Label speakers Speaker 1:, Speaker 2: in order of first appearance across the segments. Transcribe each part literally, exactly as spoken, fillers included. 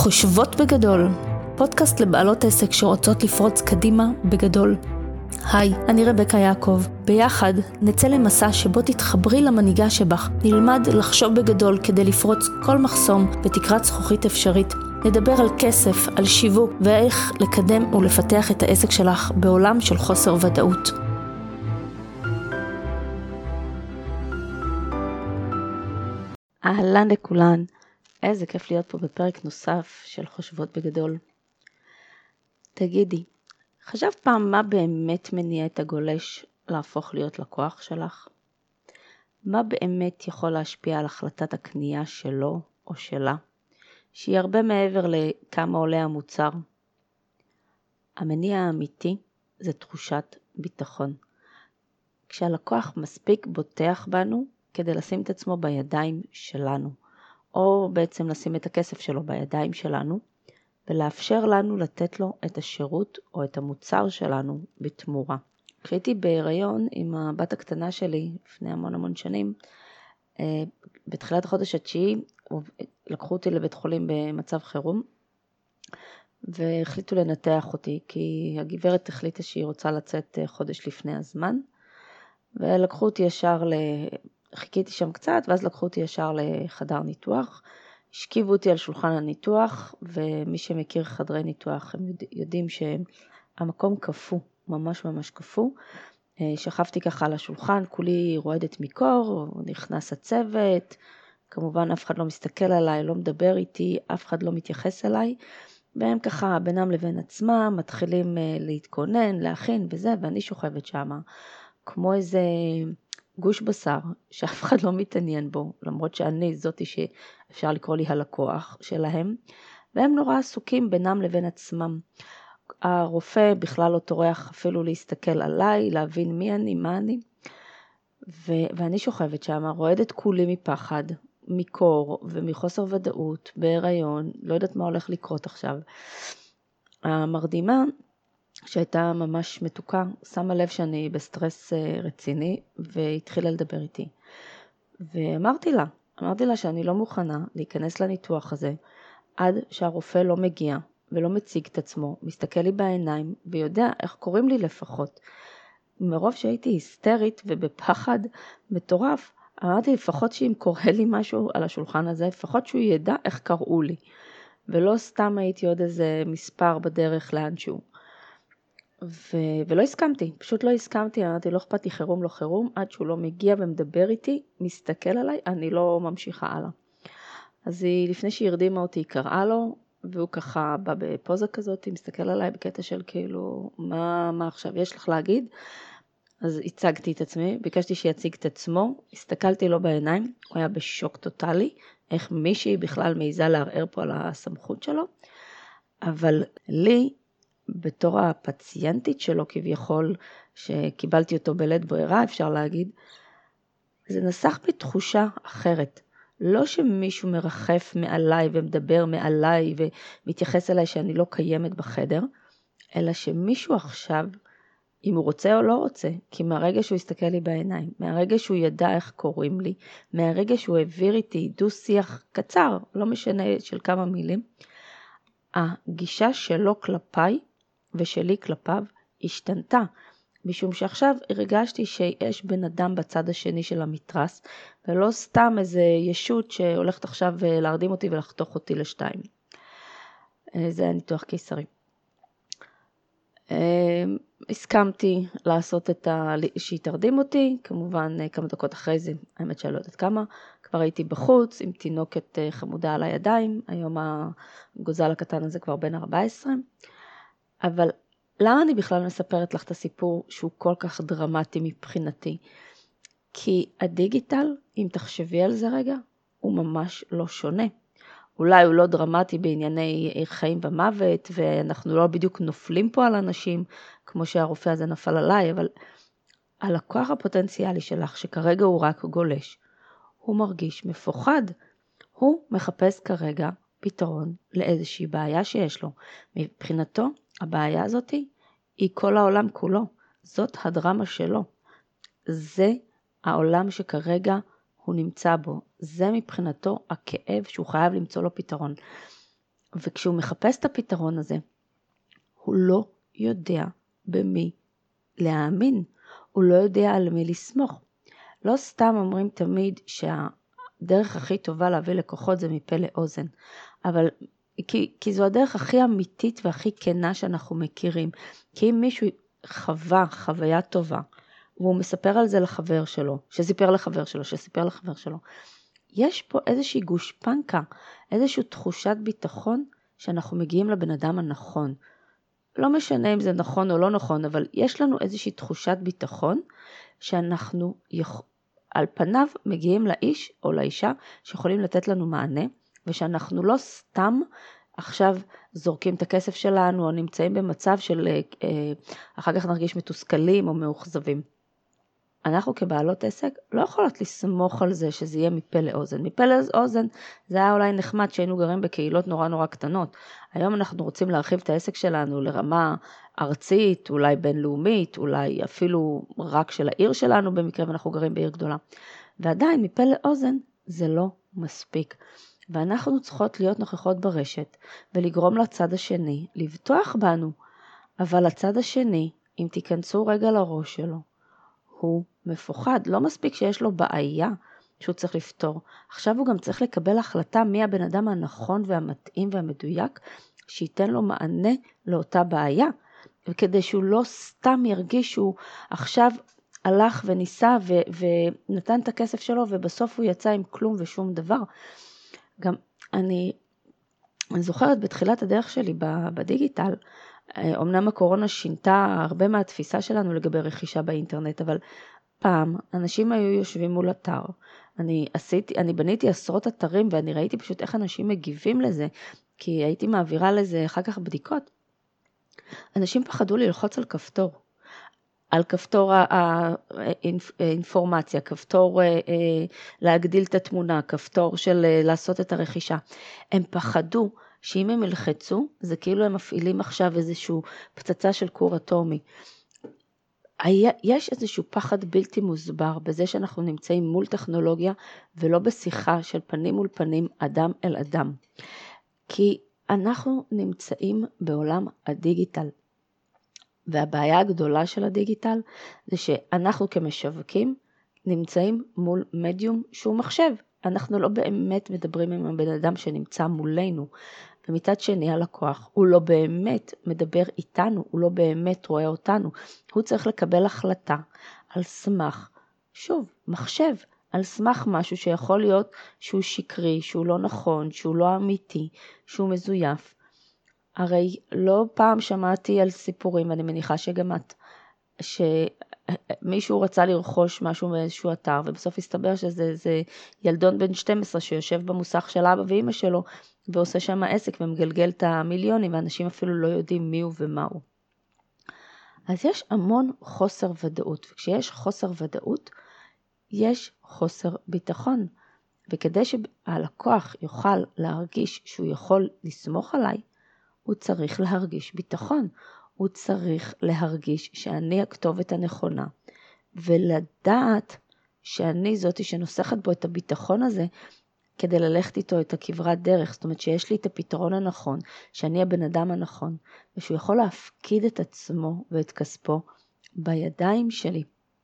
Speaker 1: חושבות בגדול, פודקאסט לבעלות עסק שרוצות לפרוץ קדימה בגדול. היי, אני רבקה יעקב. ביחד נצא למסע שבו תתחברי למנהיגה שבך, נלמד לחשוב בגדול כדי לפרוץ כל מחסום בתקרת זכוכית אפשרית. נדבר על כסף, על שיווק ואיך לקדם ולפתח את העסק שלך בעולם של חוסר ודאות. אהלן לכולן, איזה כיף להיות פה בפרק נוסף של חושבות בגדול. תגידי, חשבת פעם מה באמת מניע את הגולש להפוך להיות לקוח שלך? מה באמת יכול להשפיע על החלטת הקנייה שלו או שלה, שהיא הרבה מעבר לכמה עולה המוצר? המניע האמיתי זה תחושת ביטחון. כשהלקוח מספיק בוטח בנו כדי לשים את עצמו בידיים שלנו, או בעצם לשים את הכסף שלו בידיים שלנו, ולאפשר לנו לתת לו את השירות או את המוצר שלנו בתמורה. כשהייתי בהיריון עם הבת הקטנה שלי לפני המון המון שנים, בתחילת החודש התשיעי לקחו אותי לבית חולים במצב חירום, והחליטו לנתח אותי, כי הגברת החליטה שהיא רוצה לצאת חודש לפני הזמן, ולקחו אותי ישר, חיכיתי שם קצת, ואז לקחו אותי ישר לחדר ניתוח, השכיבו אותי על שולחן הניתוח, ומי שמכיר חדרי ניתוח, הם יודעים שהמקום קפוא, ממש ממש קפוא. שכבתי ככה על השולחן, כולי רועדת מקור, נכנס הצוות, כמובן אף אחד לא מסתכל עליי, לא מדבר איתי, אף אחד לא מתייחס אליי, והם ככה בינם לבין עצמם, מתחילים להתכונן, להכין וזה, ואני שוכבת שם, כמו איזה גוש בשר, שאף אחד לא מתעניין בו, למרות שאני זאתי שאפשר לקרוא לי הלקוח שלהם, והם נורא עסוקים בינם לבין עצמם. הרופא בכלל לא טורח אפילו להסתכל עליי, להבין מי אני, מה אני, ו- ואני שוכבת שם, רועדת כולי מפחד, מקור ומחוסר ודאות, בהיריון, לא יודעת מה הולך לקרות עכשיו. המרדימה, שהייתה ממש מתוקה, שמה לב שאני בסטרס רציני, והתחילה לדבר איתי. ואמרתי לה, אמרתי לה שאני לא מוכנה להיכנס לניתוח הזה, עד שהרופא לא מגיע, ולא מציג את עצמו, מסתכל לי בעיניים, ויודע איך קוראים לי לפחות. מרוב שהייתי היסטרית ובפחד מטורף, אמרתי לפחות שאם קורה לי משהו על השולחן הזה, לפחות שהוא ידע איך קראו לי. ולא סתם הייתי עוד איזה מספר בדרך לאנשהו. ו... ולא הסכמתי, פשוט לא הסכמתי, אמרתי לא אכפת לי חירום לא חירום, עד שהוא לא מגיע ומדבר איתי, מסתכל עליי, אני לא ממשיכה הלאה. אז היא, לפני שהיא הרדימה אותי, היא קראה לו, והוא ככה בא בפוזה כזאת, היא מסתכל עליי בקטע של כאילו, מה, מה עכשיו יש לך להגיד? אז הצגתי את עצמי, ביקשתי שיציג את עצמו, הסתכלתי לו בעיניים, הוא היה בשוק טוטלי, איך מישהי בכלל מעיזה לערער פה על הסמכות שלו, אבל לי, בתור הפציינטית שלו כביכול, שקיבלתי אותו בלית ברירה, אפשר להגיד, זה נסח בי תחושה אחרת. לא שמישהו מרחף מעליי ומדבר מעליי ומתייחס אליי שאני לא קיימת בחדר, אלא שמישהו עכשיו, אם הוא רוצה או לא רוצה, כי מהרגע שהוא הסתכל לי בעיניים, מהרגע שהוא ידע איך קוראים לי, מהרגע שהוא העביר איתי דו שיח קצר, לא משנה של כמה מילים, הגישה שלו כלפיי ושלי כלפיו השתנתה, משום שעכשיו הרגשתי שיש בן אדם בצד השני של המתרס, ולא סתם איזה ישות שהולכת עכשיו להרדים אותי ולחתוך אותי לשתיים. זה היה ניתוח קיסרי. הסכמתי לעשות את ה... שהיא תרדים אותי, כמובן כמה דקות אחרי זה, האמת שאני לא יודעת כמה, כבר הייתי בחוץ עם תינוקת חמודה על הידיים, היום הגוזל הקטן הזה כבר בן ארבע עשרה, אבל למה אני בכלל מספרת לך את הסיפור שהוא כל כך דרמטי מבחינתי? כי הדיגיטל, אם תחשבי על זה רגע, הוא ממש לא שונה. אולי הוא לא דרמטי בענייני חיים ומוות, ואנחנו לא בדיוק נופלים פה על אנשים, כמו שהרופא הזה נפל עליי, אבל הלקוח הפוטנציאלי שלך, שכרגע הוא רק גולש, הוא מרגיש מפוחד. הוא מחפש כרגע פתרון לאיזושהי בעיה שיש לו. מבחינתו, הבעיה הזאת היא כל העולם כולו. זאת הדרמה שלו. זה העולם שכרגע הוא נמצא בו. זה מבחינתו הכאב שהוא חייב למצוא לו פתרון. וכשהוא מחפש את הפתרון הזה, הוא לא יודע במי להאמין, הוא לא יודע על מי לסמוך. לא סתם אומרים תמיד שהדרך הכי טובה להביא לקוחות זה מפה לאוזן, אבל כי, כי זו הדרך הכי אמיתית והכי כנה שאנחנו מכירים. כי אם מישהו חווה חוויה טובה, והוא מספר על זה לחבר שלו, שסיפר לחבר שלו, שסיפר לחבר שלו, יש פה איזושהי גושפנקה, איזושהי תחושת ביטחון שאנחנו מגיעים לבן אדם הנכון. לא משנה אם זה נכון או לא נכון, אבל יש לנו איזושהי תחושת ביטחון שאנחנו יכ... על פניו מגיעים לאיש או לאישה שיכולים לתת לנו מענה, ושאנחנו לא סתם עכשיו זורקים את הכסף שלנו או נמצאים במצב של אה, אחר כך נרגיש מתוסכלים או מאוכזבים. אנחנו כבעלות עסק לא יכולות לסמוך על זה שזה יהיה מפה לאוזן. מפה לאוזן זה היה אולי נחמד שהיינו גרים בקהילות נורא נורא קטנות. היום אנחנו רוצים להרחיב את העסק שלנו לרמה ארצית, אולי בינלאומית, אולי אפילו רק של העיר שלנו במקרה ואנחנו גרים בעיר גדולה. ועדיין מפה לאוזן זה לא מספיק. ואנחנו צריכות להיות נוכחות ברשת ולגרום לצד השני לבטוח בנו. אבל הצד השני, אם תיכנסו רגע לראש שלו, הוא מפוחד, לא מספיק שיש לו בעיה שהוא צריך לפתור. עכשיו הוא גם צריך לקבל החלטה מי הבן אדם הנכון והמתאים והמדויק, שייתן לו מענה לאותה בעיה, וכדי שהוא לא סתם ירגיש שהוא עכשיו הלך וניסה ו- ונתן את הכסף שלו, ובסוף הוא יצא עם כלום ושום דבר. גם אני, אני זוכרת בתחילת הדרך שלי בדיגיטל, אמנם הקורונה שינתה הרבה מהתפיסה שלנו לגבי רכישה באינטרנט, אבל פעם אנשים היו יושבים מול אתר, אני עשיתי, אני בניתי עשרות אתרים ואני ראיתי פשוט איך אנשים מגיבים לזה, כי הייתי מעבירה לזה אחר כך בדיקות. אנשים פחדו ללחוץ על כפתור, על כפתור האינפורמציה, כפתור להגדיל את התמונה, כפתור של לעשות את הרכישה. הם פחדו שאם הם ילחצו, זה כאילו הם מפעילים עכשיו איזשהו פצצה של כור אטומי. יש איזשהו פחד בלתי מוסבר בזה שאנחנו נמצאים מול טכנולוגיה ולא בשיחה של פנים מול פנים, אדם אל אדם. כי אנחנו נמצאים בעולם הדיגיטל. והבעיה הגדולה של הדיגיטל זה שאנחנו כמשווקים נמצאים מול מדיום שהוא מחשב. אנחנו לא באמת מדברים עם הבן אדם שנמצא מולנו. ומצד שני הלקוח הוא לא באמת מדבר איתנו, הוא לא באמת רואה אותנו. הוא צריך לקבל החלטה על סמך, שוב, מחשב, על סמך משהו שיכול להיות שהוא שקרי, שהוא לא נכון, שהוא לא אמיתי, שהוא מזויף. הרי לא פעם שמעתי על סיפורים, ואני מניחה שגם את, שמישהו רצה לרכוש משהו מאיזשהו אתר, ובסוף הסתבר שזה זה ילדון בן שתים עשרה שיושב במוסך של אבא ואמא שלו, ועושה שם עסק ומגלגל את המיליונים, ואנשים אפילו לא יודעים מי הוא ומה הוא. אז יש המון חוסר ודאות, וכשיש חוסר ודאות, יש חוסר ביטחון. וכדי שהלקוח יוכל להרגיש שהוא יכול לסמוך עליי, הוא צריך להרגיש ביטחון. הוא צריך להרגיש שאני הכתובת הנכונה, ולדעת שאני זאתי שנוסחת בו את הביטחון הזה, כדי ללכת איתו את הכברת דרך, זאת אומרת שיש לי את הפתרון הנכון, שאני הבן אדם הנכון, ושהוא יכול להפקיד את עצמו ואת כספו בידיים שלי.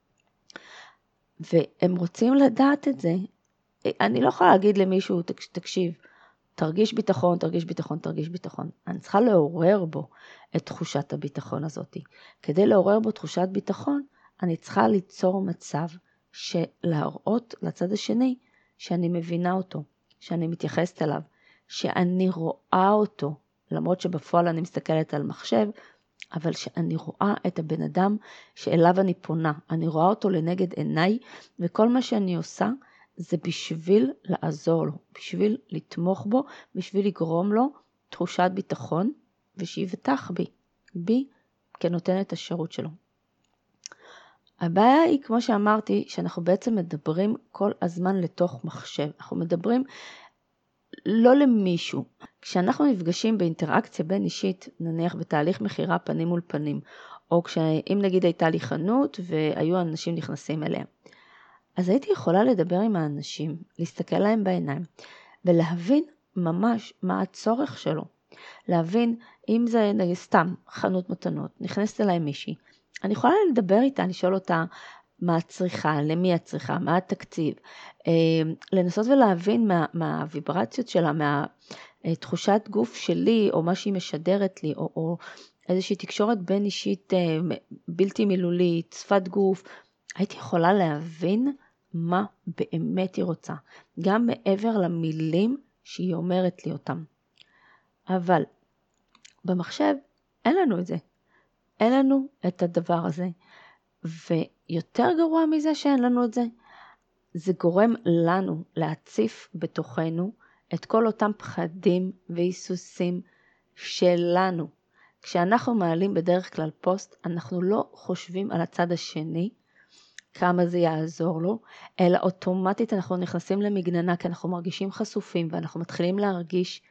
Speaker 1: והם רוצים לדעת את זה. אני לא יכולה להגיד למישהו, תקשיב, תרגיש ביטחון, תרגיש ביטחון, תרגיש ביטחון. אני צריכה לעורר בו את תחושת הביטחון הזאת. כדי לעורר בו תחושת ביטחון, אני צריכה ליצור מצב שלהראות לצד השני, שאני מבינה אותו, שאני מתייחסת אליו, שאני רואה אותו, למרות שבפועל אני מסתכלת על מחשב, אבל שאני רואה את הבן אדם שאליו אני פונה, אני רואה אותו לנגד עיניי, וכל מה שאני עושה זה בשביל לעזור לו, בשביל לתמוך בו, בשביל לגרום לו תחושת ביטחון, ושיבטח בי, בי כנותן את השירות שלו. הבעיה היא, כמו שאמרתי, שאנחנו בעצם מדברים כל הזמן לתוך מחשב. אנחנו מדברים לא למישהו. כשאנחנו נפגשים באינטראקציה בין אישית, נניח בתהליך מחירה פנים מול פנים, או אם נגיד הייתה לי חנות והיו אנשים נכנסים אליהם, אז הייתי יכולה לדבר עם האנשים, להסתכל להם בעיניים, ולהבין ממש מה הצורך שלו. להבין אם זה נגיד סתם חנות מתנות, נכנסת אליי מישהי, אני יכולה לדבר איתה, לשאול אותה מה את צריכה, למי את צריכה, מה התקציב, לנסות ולהבין מה, מהוויברציות שלה, מהתחושת גוף שלי, או מה שהיא משדרת לי, או, או איזושהי תקשורת בין אישית בלתי מילולית, שפת גוף, הייתי יכולה להבין מה באמת היא רוצה, גם מעבר למילים שהיא אומרת לי אותם. אבל במחשב אין לנו את זה, אין לנו את הדבר הזה, ויותר גרוע מזה שאין לנו את זה, זה גורם לנו להציף בתוכנו את כל אותם פחדים והיסוסים שלנו. כשאנחנו מעלים בדרך כלל פוסט, אנחנו לא חושבים על הצד השני, כמה זה יעזור לו, אלא אוטומטית אנחנו נכנסים למגננה, כי אנחנו מרגישים חשופים, ואנחנו מתחילים להרגיש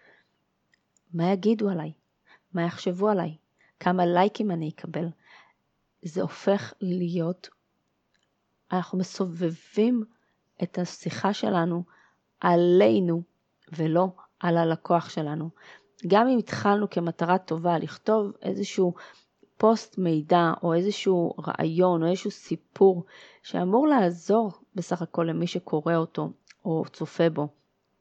Speaker 1: מה יגידו עליי, מה יחשבו עליי, כמה לייקים אני אקבל. זה הופך להיות, אנחנו מסובבים את השיחה שלנו עלינו, ולא על הלקוח שלנו. גם אם התחלנו כמטרה טובה לכתוב איזשהו פוסט מידע, או איזשהו רעיון, או איזשהו סיפור, שאמור לעזור בסך הכל למי שקורא אותו, או צופה בו.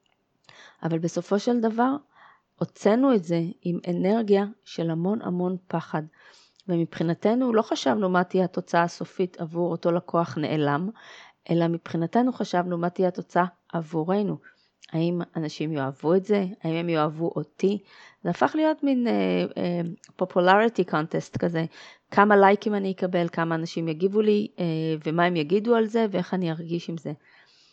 Speaker 1: אבל בסופו של דבר, הוצאנו את זה עם אנרגיה של המון המון פחד. ומבחינתנו לא חשבנו מה תהיה התוצאה הסופית עבור אותו לקוח נעלם, אלא מבחינתנו חשבנו מה תהיה התוצאה עבורנו. האם אנשים יאהבו את זה? האם הם יאהבו אותי? זה הפך להיות מין uh, uh, popularity contest כזה. כמה לייקים אני אקבל, כמה אנשים יגיבו לי, uh, ומה הם יגידו על זה, ואיך אני ארגיש עם זה.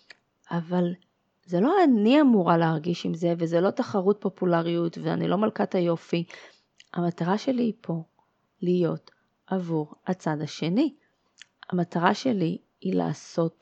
Speaker 1: אבל זה לא אני אמורה להרגיש עם זה, וזה לא תחרות פופולריות, ואני לא מלכת היופי. המטרה שלי היא פה להיות עבור הצד השני. המטרה שלי היא לעשות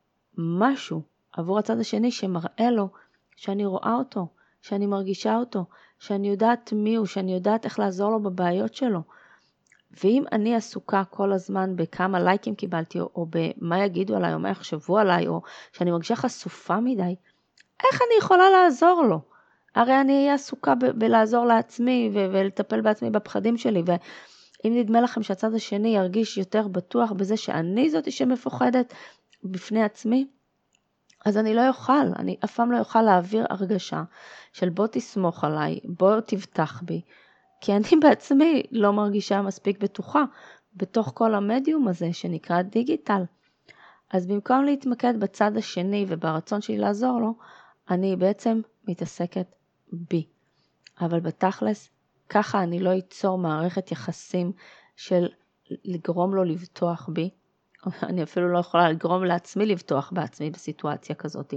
Speaker 1: משהו עבור הצד השני שמראה לו שאני רואה אותו, שאני מרגישה אותו, שאני יודעת מי הוא, שאני יודעת איך לעזור לו בבעיות שלו. ואם אני עסוקה כל הזמן בכמה לייקים קיבלתי, או, או במה יגידו עליי, או מה יחשבו עליי, או שאני מרגישה חשופה מדי, איך אני יכולה לעזור לו? הרי אני אהיה עסוקה ב- בלעזור לעצמי, ו- ולטפל בעצמי בפחדים שלי, ואם נדמה לכם שהצד השני ירגיש יותר בטוח בזה שאני זאתי שמפוחדת בפני עצמי, אז אני לא יוכל, אני אף פעם לא יוכל להעביר הרגשה של בוא תסמוך עליי, בוא תבטח בי, כי אני בעצמי לא מרגישה מספיק בטוחה בתוך כל המדיום הזה שנקרא דיגיטל. אז במקום להתמקד בצד השני וברצון שלי לעזור לו, אני בעצם מתעסקת בי. אבל בתכלס, ככה אני לא אצור מערכת יחסים של לגרום לו לבטוח בי, אני אפילו לא יכולה לגרום לעצמי לבטוח בעצמי בסיטואציה כזאת.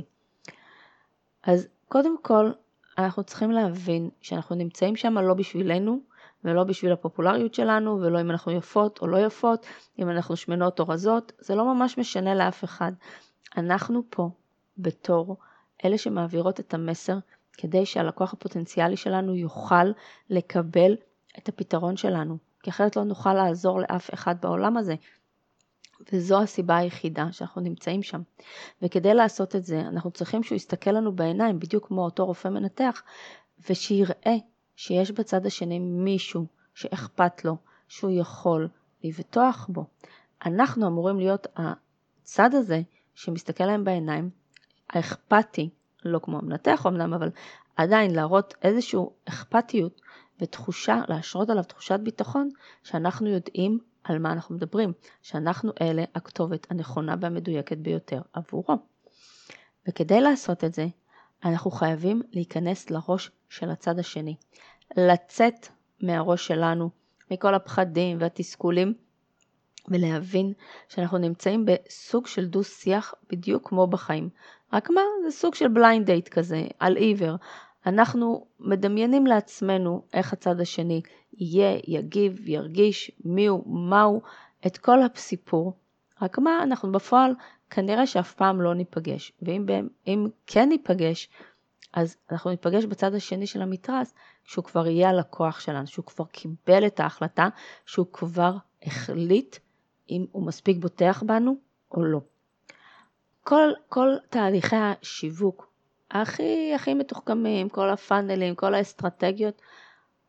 Speaker 1: אז קודם כל, אנחנו צריכים להבין שאנחנו נמצאים שם לא בשבילנו, ולא בשביל הפופולריות שלנו, ולא אם אנחנו יפות או לא יפות, אם אנחנו שמנות או רזות, זה לא ממש משנה לאף אחד. אנחנו פה בתור אלה שמעבירות את המסר, כדי שהלקוח הפוטנציאלי שלנו יוכל לקבל את הפתרון שלנו, כי אחרת לא נוכל לעזור לאף אחד בעולם הזה. וזו הסיבה היחידה שאנחנו נמצאים שם. וכדי לעשות את זה, אנחנו צריכים שהוא יסתכל לנו בעיניים, בדיוק כמו אותו רופא מנתח, ושיראה שיש בצד השני מישהו שאכפת לו, שהוא יכול לבטוח בו. אנחנו אמורים להיות הצד הזה שמסתכל להם בעיניים, האכפתי, לא כמו המנתח אמנם, אבל עדיין להראות איזושהי אכפתיות ותחושה, להשרות עליו תחושת ביטחון, שאנחנו יודעים על מה אנחנו מדברים, שאנחנו אלה הכתובת הנכונה והמדויקת ביותר עבורו. וכדי לעשות את זה, אנחנו חייבים להיכנס לראש של הצד השני, לצאת מהראש שלנו, מכל הפחדים והתסכולים, ולהבין שאנחנו נמצאים בסוג של דו שיח בדיוק כמו בחיים. רק מה? זה סוג של בליינד דייט כזה, על עיוור. אנחנו מדמיינים לעצמנו איך הצד השני יהיה, יגיב, ירגיש, מי הוא, מה הוא, את כל הסיפור. רק מה? אנחנו בפועל כנראה שאף פעם לא ניפגש. ואם אם כן ניפגש, אז אנחנו ניפגש בצד השני של המתרס, שהוא כבר יהיה הלקוח שלנו, שהוא כבר קיבל את ההחלטה, שהוא כבר החליט אם הוא מספיק בוטח בנו או לא. כל, כל תהליכי השיווק הכי, הכי מתוחכמים, כל הפאנלים, כל האסטרטגיות,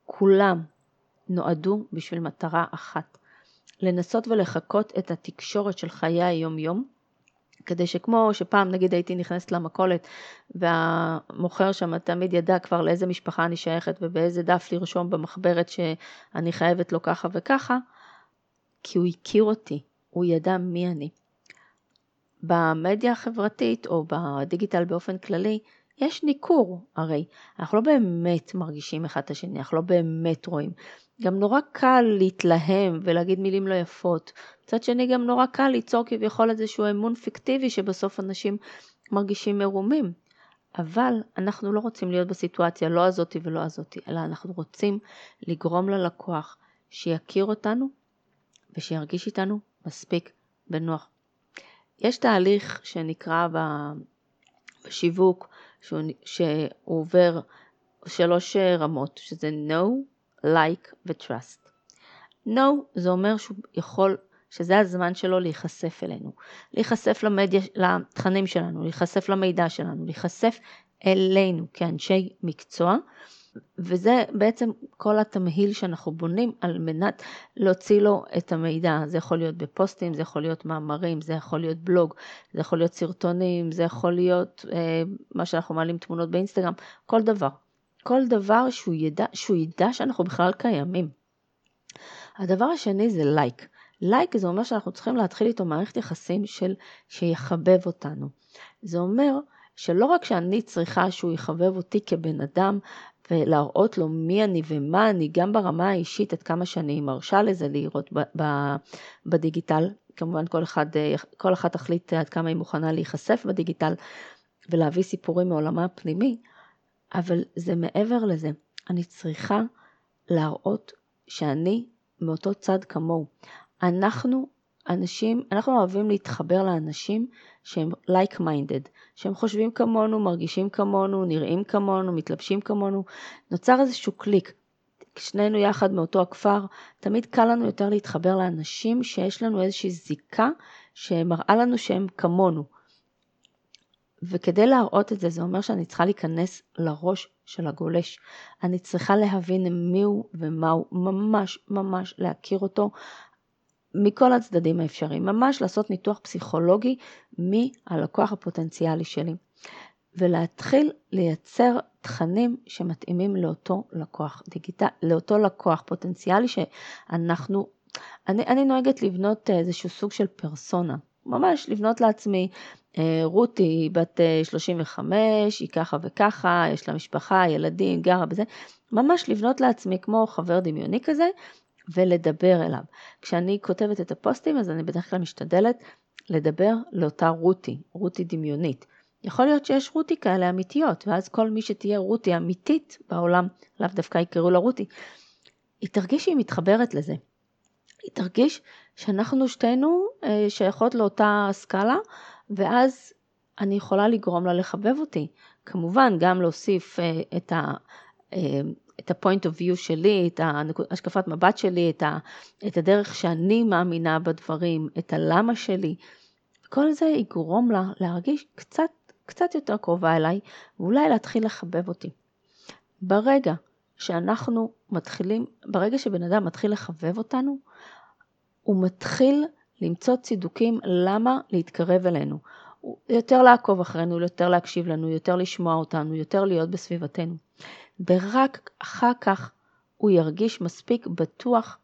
Speaker 1: כולם נועדו בשביל מטרה אחת, לנסות ולחקות את התקשורת של חיי היום-יום, כדי שכמו שפעם נגיד הייתי נכנסת למכולת, והמוכר שם תמיד ידע כבר לאיזה משפחה אני שייכת, ובאיזה דף לרשום במחברת שאני חייבת לו ככה וככה, כי הוא הכיר אותי, הוא ידע מי אני. במדיה החברתית או בדיגיטל באופן כללי, יש ניכור, הרי אנחנו לא באמת מרגישים אחד את השני, אנחנו לא באמת רואים. גם נורא קל להתלהם ולהגיד מילים לא יפות. מצד שני גם נורא קל ליצור כביכול איזשהו אמון פיקטיבי שבסוף אנשים מרגישים מרומים. אבל אנחנו לא רוצים להיות בסיטואציה לא הזאתי ולא הזאתי, אלא אנחנו רוצים לגרום ללקוח שיכיר אותנו ושירגיש איתנו מספיק בנוח. יש תהליך שנקרא בשיווק שהוא, שהוא עובר שלוש רמות, שזה know, like ו-trust. know זה אומר שהוא יכול, שזה הזמן שלו להיחשף אלינו, להיחשף למדיה, לתכנים שלנו, להיחשף למידע שלנו, להיחשף אלינו כאנשי מקצוע, וזה בעצם כל התמהיל שאנחנו בונים על מנת להוציא לו את המידע. זה יכול להיות בפוסטים, זה יכול להיות מאמרים, זה יכול להיות בלוג, זה יכול להיות סרטונים, זה יכול להיות אה, מה שאנחנו מעלים תמונות באינסטגרם, כל דבר. כל דבר שהוא ידע, שהוא ידע שאנחנו בכלל קיימים. הדבר השני זה לייק. לייק זה אומר שאנחנו צריכים להתחיל איתו מערכת יחסים של שיחבב אותנו. זה אומר שלא רק שאני צריכה שהוא יחבב אותי כבן אדם, ולהראות לו מי אני ומה אני, גם ברמה האישית, עד כמה שאני מרשה לזה לראות ב- ב- בדיגיטל. כמובן כל אחד, כל אחד תחליט עד כמה היא מוכנה להיחשף בדיגיטל, ולהביא סיפורים מעולמה הפנימי, אבל זה מעבר לזה. אני צריכה להראות שאני מאותו צד כמוהו. אנחנו אנשים, אנחנו אוהבים להתחבר לאנשים שהם like minded, שהם חושבים כמונו, מרגישים כמונו, נראים כמונו, מתלבשים כמונו. נוצר איזשהו קליק. שנינו יחד מאותו הכפר, תמיד קל לנו יותר להתחבר לאנשים שיש לנו איזושהי זיקה שמראה לנו שהם כמונו. וכדי להראות את זה, זה אומר שאני צריכה להיכנס לראש של הגולש. אני צריכה להבין מי הוא ומה הוא, ממש ממש להכיר אותו מכל הצדדים האפשריים. ממש לעשות ניתוח פסיכולוגי מהלקוח הפוטנציאלי שלי. ולהתחיל לייצר תכנים שמתאימים לאותו לקוח דיגיטל, לאותו לקוח פוטנציאלי שאנחנו, אני, אני נוהגת לבנות איזשהו סוג של פרסונה. ממש לבנות לעצמי, רותי בת שלושים וחמש, היא ככה וככה, יש לה משפחה, ילדים, גרה בזה, ממש לבנות לעצמי כמו חבר דמיוני כזה, ולדבר אליו. כשאני כותבת את הפוסטים, אז אני בדרך כלל משתדלת לדבר לאותה רותי, רותי דמיונית. יכול להיות שיש רותי כאלה אמיתיות, ואז כל מי שתהיה רותי אמיתית בעולם, לאו דווקא יקראו לה רותי, היא תרגיש שהיא מתחברת לזה. היא תרגיש שאנחנו שתינו שייכות לאותה סקאלה, ואז אני יכולה לגרום לה לחבב אותי. כמובן, גם להוסיף את ה... את ה-point of view שלי, את השקפת מבט שלי, את, ה, את הדרך שאני מאמינה בדברים, את הלמה שלי. כל זה יגרום לה להרגיש קצת, קצת יותר קרובה אליי, ואולי להתחיל לחבב אותי. ברגע שאנחנו מתחילים, ברגע שבן אדם מתחיל לחבב אותנו, הוא מתחיל למצוא צידוקים למה להתקרב אלינו. יותר לעקוב אחרינו, יותר להקשיב לנו, יותר לשמוע אותנו, יותר להיות בסביבתנו. ורק אחר כך הוא ירגיש מספיק בטוח,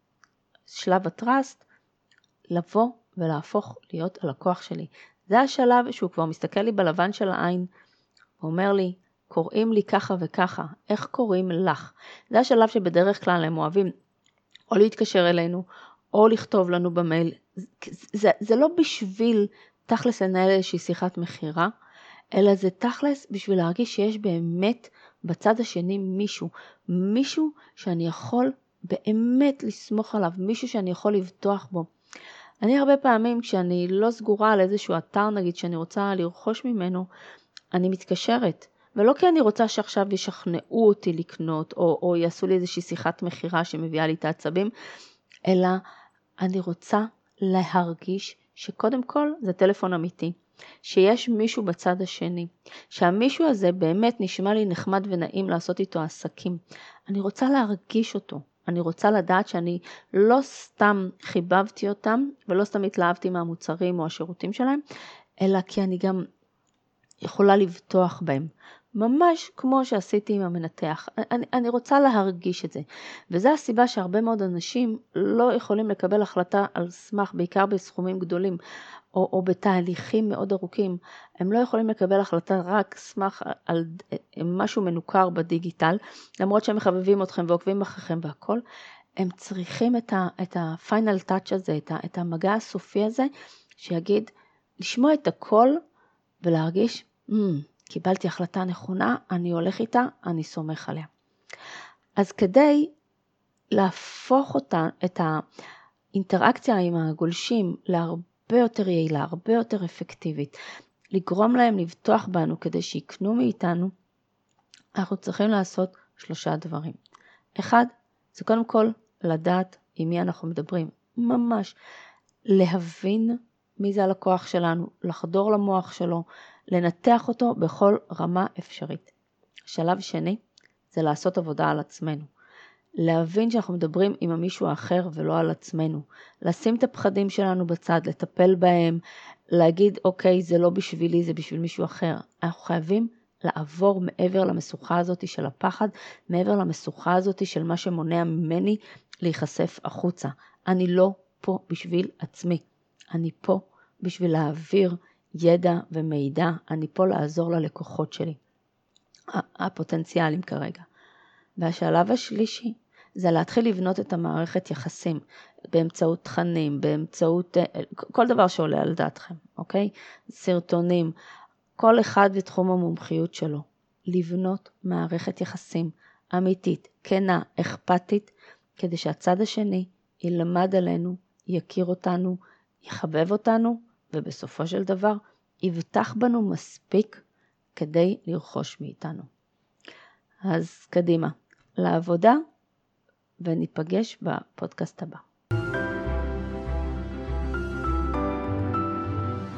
Speaker 1: שלב הטרסט, לבוא ולהפוך להיות הלקוח שלי. זה השלב שהוא כבר מסתכל לי בלבן של העין, ואומר לי, קוראים לי ככה וככה, איך קוראים לך? זה השלב שבדרך כלל הם אוהבים או להתקשר אלינו, או לכתוב לנו במייל. זה, זה לא בשביל תכלס לנהל איזושהי שיחת מחירה, אלא זה תכלס בשביל להרגיש שיש באמת בצד השני מישהו, מישהו שאני יכול באמת לסמוך עליו, מישהו שאני יכול לבטוח בו. אני הרבה פעמים כשאני לא סגורה על איזשהו אתר נגיד שאני רוצה לרכוש ממנו, אני מתקשרת, ולא כי אני רוצה שעכשיו ישכנעו אותי לקנות, או, או יעשו לי איזושהי שיחת מחירה שמביאה לי את העצבים, אלא אני רוצה להרגיש שקודם כל זה טלפון אמיתי. שיש מישהו בצד השני, שהמישהו הזה באמת נשמע לי נחמד ונעים לעשות איתו עסקים. אני רוצה להרגיש אותו, אני רוצה לדעת שאני לא סתם חיבבתי אותם, ולא סתם התלהבתי מהמוצרים או השירותים שלהם, אלא כי אני גם יכולה לבטוח בהם. ממש כמו שעשיתי עם המנתח. אני, אני רוצה להרגיש את זה. וזו הסיבה שהרבה מאוד אנשים לא יכולים לקבל החלטה על סמך, בעיקר בסכומים גדולים, או, או בתהליכים מאוד ארוכים. הם לא יכולים לקבל החלטה רק סמך על משהו מנוכר בדיגיטל, למרות שהם מחבבים אתכם ועוקבים אחריכם והכל. הם צריכים את ה, את ה-final touch הזה, את, ה, את המגע הסופי הזה, שיגיד, לשמוע את הכל ולהרגיש, mm, קיבלתי החלטה נכונה, אני הולך איתה, אני סומך עליה. אז כדי להפוך אותה, את האינטראקציה עם הגולשים להרבה יותר יעילה, הרבה יותר אפקטיבית, לגרום להם לבטוח בנו כדי שיקנו מאיתנו, אנחנו צריכים לעשות שלושה דברים. אחד, זה קודם כל לדעת עם מי אנחנו מדברים. ממש להבין מי זה הלקוח שלנו, לחדור למוח שלו, לנתח אותו בכל רמה אפשרית. שלב שני, זה לעשות עבודה על עצמנו. להבין שאנחנו מדברים עם המישהו האחר ולא על עצמנו. לשים את הפחדים שלנו בצד, לטפל בהם, להגיד, אוקיי, זה לא בשבילי, זה בשביל מישהו אחר. אנחנו חייבים לעבור מעבר למשוכה הזאת של הפחד, מעבר למשוכה הזאת של מה שמונע ממני להיחשף החוצה. אני לא פה בשביל עצמי. אני פה בשביל להעביר ידע ומידע. אני פה לעזור ללקוחות שלי, הפוטנציאלים כרגע. והשלב השלישי זה להתחיל לבנות את המערכת יחסים באמצעות תכנים, באמצעות כל דבר שעולה על דעתכם, אוקיי? סרטונים, כל אחד בתחום המומחיות שלו. לבנות מערכת יחסים אמיתית, כנה, אכפתית, כדי שהצד השני ילמד עלינו, יכיר אותנו, יחבב אותנו, ובסופו של דבר יבטח בנו מספיק כדי לרכוש מאיתנו. אז קדימה, לעבודה, וניפגש בפודקאסט הבא.